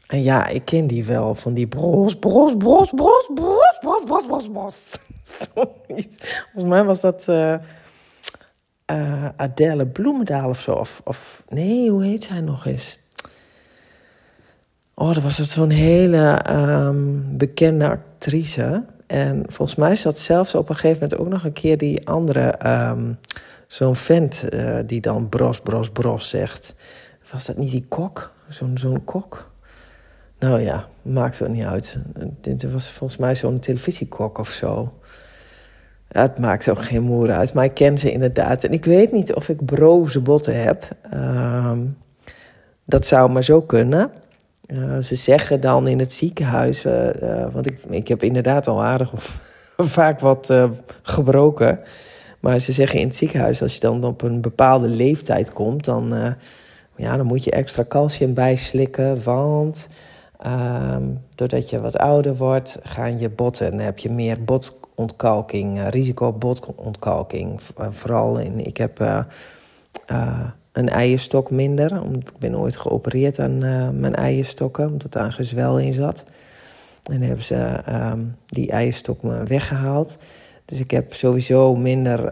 En ja, ik ken die wel, van die bros. Zoiets. Volgens mij was dat Adele Bloemendaal of zo. Of nee, hoe heet zij nog eens? Oh, dat was zo'n hele bekende actrice. En volgens mij zat zelfs op een gegeven moment ook nog een keer die andere... zo'n vent die dan bros zegt. Was dat niet die kok? Zo'n kok? Nou ja, maakt het niet uit. Dit was volgens mij zo'n televisiekok of zo. Ja, het maakt ook geen moer uit. Maar ik ken ze inderdaad. En ik weet niet of ik broze botten heb. Dat zou maar zo kunnen. Ze zeggen dan in het ziekenhuis... want ik heb inderdaad al aardig vaak wat gebroken. Maar ze zeggen in het ziekenhuis... als je dan op een bepaalde leeftijd komt... dan moet je extra calcium bijslikken. Want doordat je wat ouder wordt... gaan je botten... en heb je meer botontkalking... risico op botontkalking. Vooral ik heb... een eierstok minder. Ik ben ooit geopereerd aan mijn eierstokken, omdat daar een gezwel in zat. En dan hebben ze die eierstok me weggehaald. Dus ik heb sowieso minder,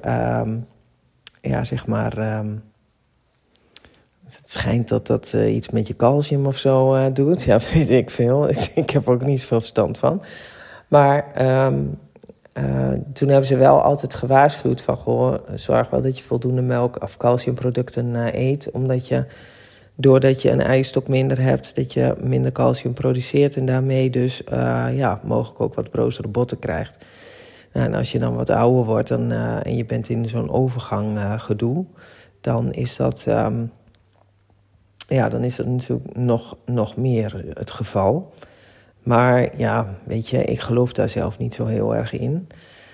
het schijnt dat dat iets met je calcium of zo doet. Ja, weet ik veel. Ik heb er ook niet zoveel verstand van. Maar... toen hebben ze wel altijd gewaarschuwd van... Goh, zorg wel dat je voldoende melk of calciumproducten eet. Omdat je, doordat je een eierstok minder hebt... dat je minder calcium produceert... en daarmee dus mogelijk ook wat brozere botten krijgt. En als je dan wat ouder wordt en je bent in zo'n overgang gedoe... dan is dat, dan is dat natuurlijk nog meer het geval... Maar ja, weet je, ik geloof daar zelf niet zo heel erg in.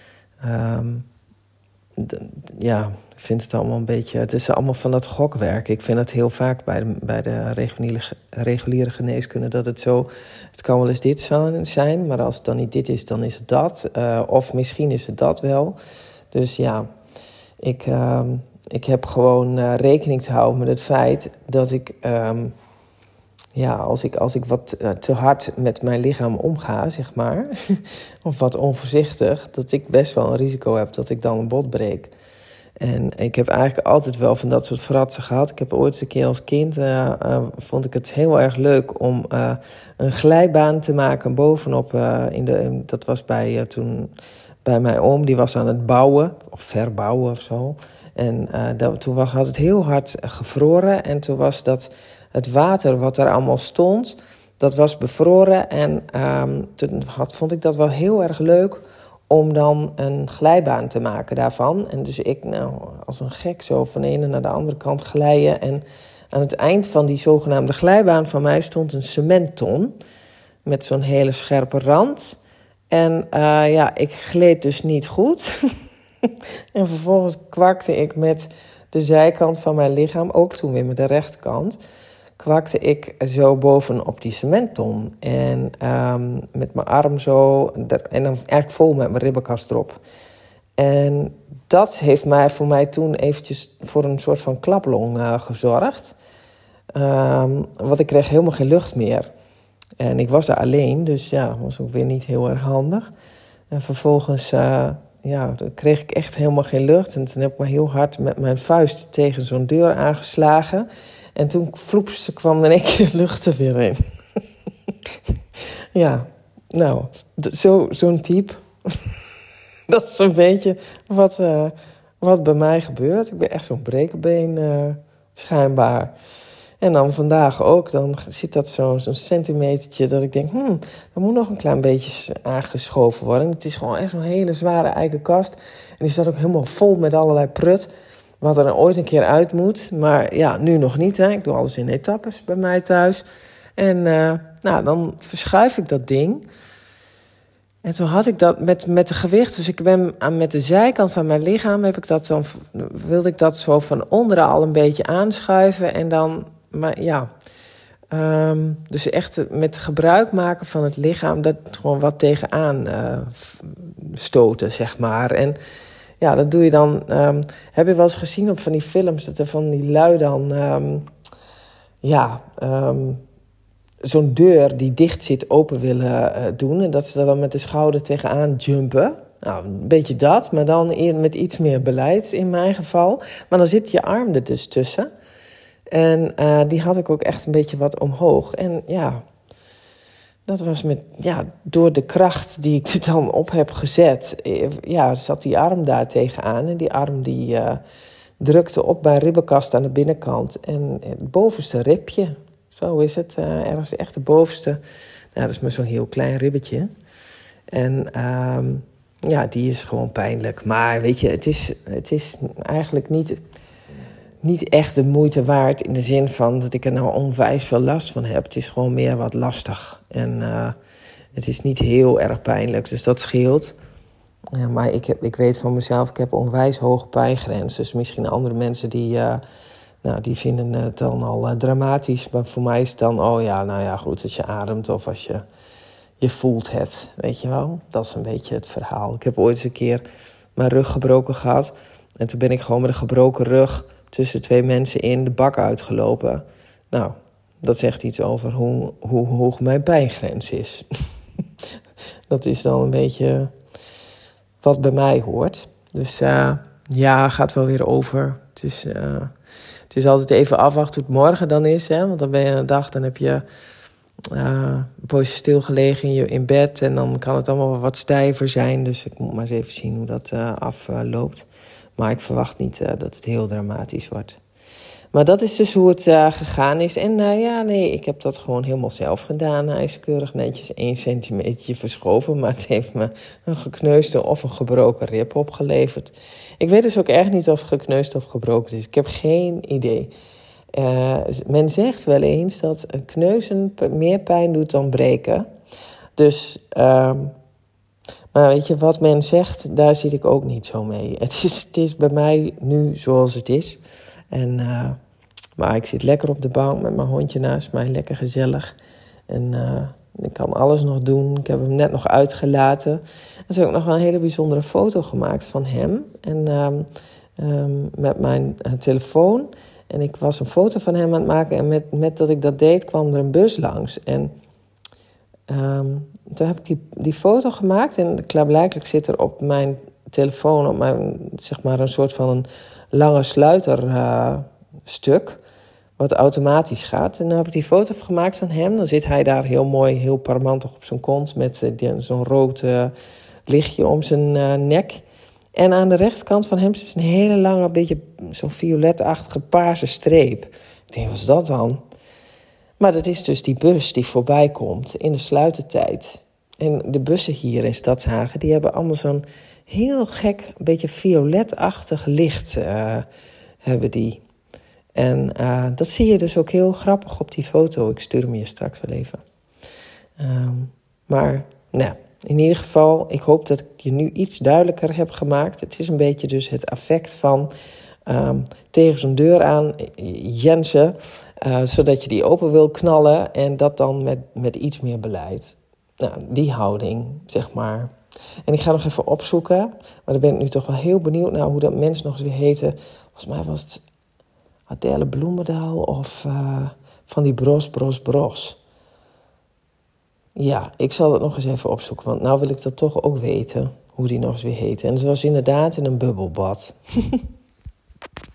Ik vind het allemaal een beetje... Het is allemaal van dat gokwerk. Ik vind het heel vaak bij de reguliere geneeskunde dat het zo... Het kan wel eens dit zijn, maar als het dan niet dit is, dan is het dat. Of misschien is het dat wel. Dus ja, ik heb gewoon rekening te houden met het feit dat ik... als ik wat te hard met mijn lichaam omga, zeg maar... of wat onvoorzichtig, dat ik best wel een risico heb dat ik dan een bot breek. En ik heb eigenlijk altijd wel van dat soort fratsen gehad. Ik heb ooit eens een keer als kind... vond ik het heel erg leuk om een glijbaan te maken bovenop... dat was toen bij mijn oom, die was aan het bouwen... of verbouwen of zo. En toen had het heel hard gevroren. En toen was dat... Het water wat er allemaal stond, dat was bevroren. En toen vond ik dat wel heel erg leuk om dan een glijbaan te maken daarvan. En dus ik als een gek zo van de ene naar de andere kant glijden. En aan het eind van die zogenaamde glijbaan van mij stond een cementton met zo'n hele scherpe rand. En ik gleed dus niet goed. En vervolgens kwakte ik met de zijkant van mijn lichaam, ook toen weer met de rechterkant... kwakte ik zo bovenop die cementton. En met mijn arm zo... En dan eigenlijk vol met mijn ribbenkast erop. En dat heeft voor mij toen eventjes voor een soort van klaplong gezorgd. Want ik kreeg helemaal geen lucht meer. En ik was er alleen, dus ja, was ook weer niet heel erg handig. En vervolgens dan kreeg ik echt helemaal geen lucht. En toen heb ik me heel hard met mijn vuist tegen zo'n deur aangeslagen... En toen kwam er in één keer de lucht er weer in. Ja, nou, zo'n type. Dat is een beetje wat bij mij gebeurt. Ik ben echt zo'n brekenbeen, schijnbaar. En dan vandaag ook, dan zit dat zo'n centimetertje... dat ik denk, er moet nog een klein beetje aangeschoven worden. Het is gewoon echt zo'n hele zware eikenkast. En die staat ook helemaal vol met allerlei prut... wat er ooit een keer uit moet. Maar ja, nu nog niet. Hè. Ik doe alles in etappes bij mij thuis. En dan verschuif ik dat ding. En toen had ik dat met de gewicht. Dus ik ben met de zijkant van mijn lichaam... wilde ik dat zo van onderen al een beetje aanschuiven. En dan, dus echt met gebruik maken van het lichaam... dat gewoon wat tegenaan stoten, zeg maar. En... Ja, dat doe je dan... heb je wel eens gezien op van die films... dat er van die lui dan... zo'n deur die dicht zit open willen doen. En dat ze er dan met de schouder tegenaan jumpen. Nou, een beetje dat, maar dan met iets meer beleid in mijn geval. Maar dan zit je arm er dus tussen. En die had ik ook echt een beetje wat omhoog. En ja, dat was door de kracht die ik er dan op heb gezet. Ja, zat die arm daar tegenaan. En die arm die drukte op mijn ribbenkast aan de binnenkant. En het bovenste ribje, zo is het. Ergens echt de bovenste. Nou, dat is maar zo'n heel klein ribbetje. En die is gewoon pijnlijk. Maar weet je, het is eigenlijk niet echt de moeite waard in de zin van dat ik er nou onwijs veel last van heb. Het is gewoon meer wat lastig. En het is niet heel erg pijnlijk, dus dat scheelt. Ja, maar ik weet van mezelf, ik heb onwijs hoge pijngrens. Dus misschien andere mensen die vinden het dan al dramatisch. Maar voor mij is het dan, goed, als je ademt of als je voelt het, weet je wel. Dat is een beetje het verhaal. Ik heb ooit eens een keer mijn rug gebroken gehad. En toen ben ik gewoon met een gebroken rug tussen 2 mensen in de bak uitgelopen. Nou, dat zegt iets over hoe hoog mijn pijngrens is. Dat is dan een beetje wat bij mij hoort. Dus gaat wel weer over. Het is altijd even afwachten hoe het morgen dan is. Hè? Want dan ben je een dag, dan heb je een poosje stilgelegen in bed. En dan kan het allemaal wat stijver zijn. Dus ik moet maar eens even zien hoe dat afloopt. Maar ik verwacht niet dat het heel dramatisch wordt. Maar dat is dus hoe het gegaan is. En ik heb dat gewoon helemaal zelf gedaan. Hij is keurig netjes 1 centimeter verschoven. Maar het heeft me een gekneusde of een gebroken rib opgeleverd. Ik weet dus ook echt niet of het gekneusd of gebroken is. Ik heb geen idee. Men zegt wel eens dat kneuzen meer pijn doet dan breken. Dus, maar weet je, wat men zegt, daar zit ik ook niet zo mee. Het is bij mij nu zoals het is. En, maar ik zit lekker op de bank met mijn hondje naast mij, lekker gezellig. En ik kan alles nog doen. Ik heb hem net nog uitgelaten. En toen heb ik nog wel een hele bijzondere foto gemaakt van hem. En met mijn telefoon. En ik was een foto van hem aan het maken. En met dat ik dat deed, kwam er een bus langs. En toen heb ik die foto gemaakt. En klaarblijkelijk zit er op mijn telefoon, op mijn, zeg maar, een soort van een lange sluiterstuk. Wat automatisch gaat. En dan heb ik die foto gemaakt van hem. Dan zit hij daar heel mooi, heel parmantig op zijn kont. Met zo'n rood lichtje om zijn nek. En aan de rechterkant van hem zit een hele lange, beetje zo'n violetachtige paarse streep. Ik denk, wat is dat dan? Maar dat is dus die bus die voorbij komt in de sluitertijd. En de bussen hier in Stadshagen, die hebben allemaal zo'n heel gek, beetje violetachtig licht hebben die. En dat zie je dus ook heel grappig op die foto. Ik stuur hem je straks wel even. Maar in ieder geval, ik hoop dat ik je nu iets duidelijker heb gemaakt. Het is een beetje dus het effect van tegen zo'n deur aan jensen, zodat je die open wil knallen en dat dan met iets meer beleid. Nou, die houding, zeg maar. En ik ga nog even opzoeken, maar dan ben ik nu toch wel heel benieuwd naar hoe dat mens nog eens weer heette. Volgens mij was het Adele Bloemendaal of van die Bros. Ja, ik zal het nog eens even opzoeken, want nou wil ik dat toch ook weten, hoe die nog eens weer heette. En het was inderdaad in een bubbelbad.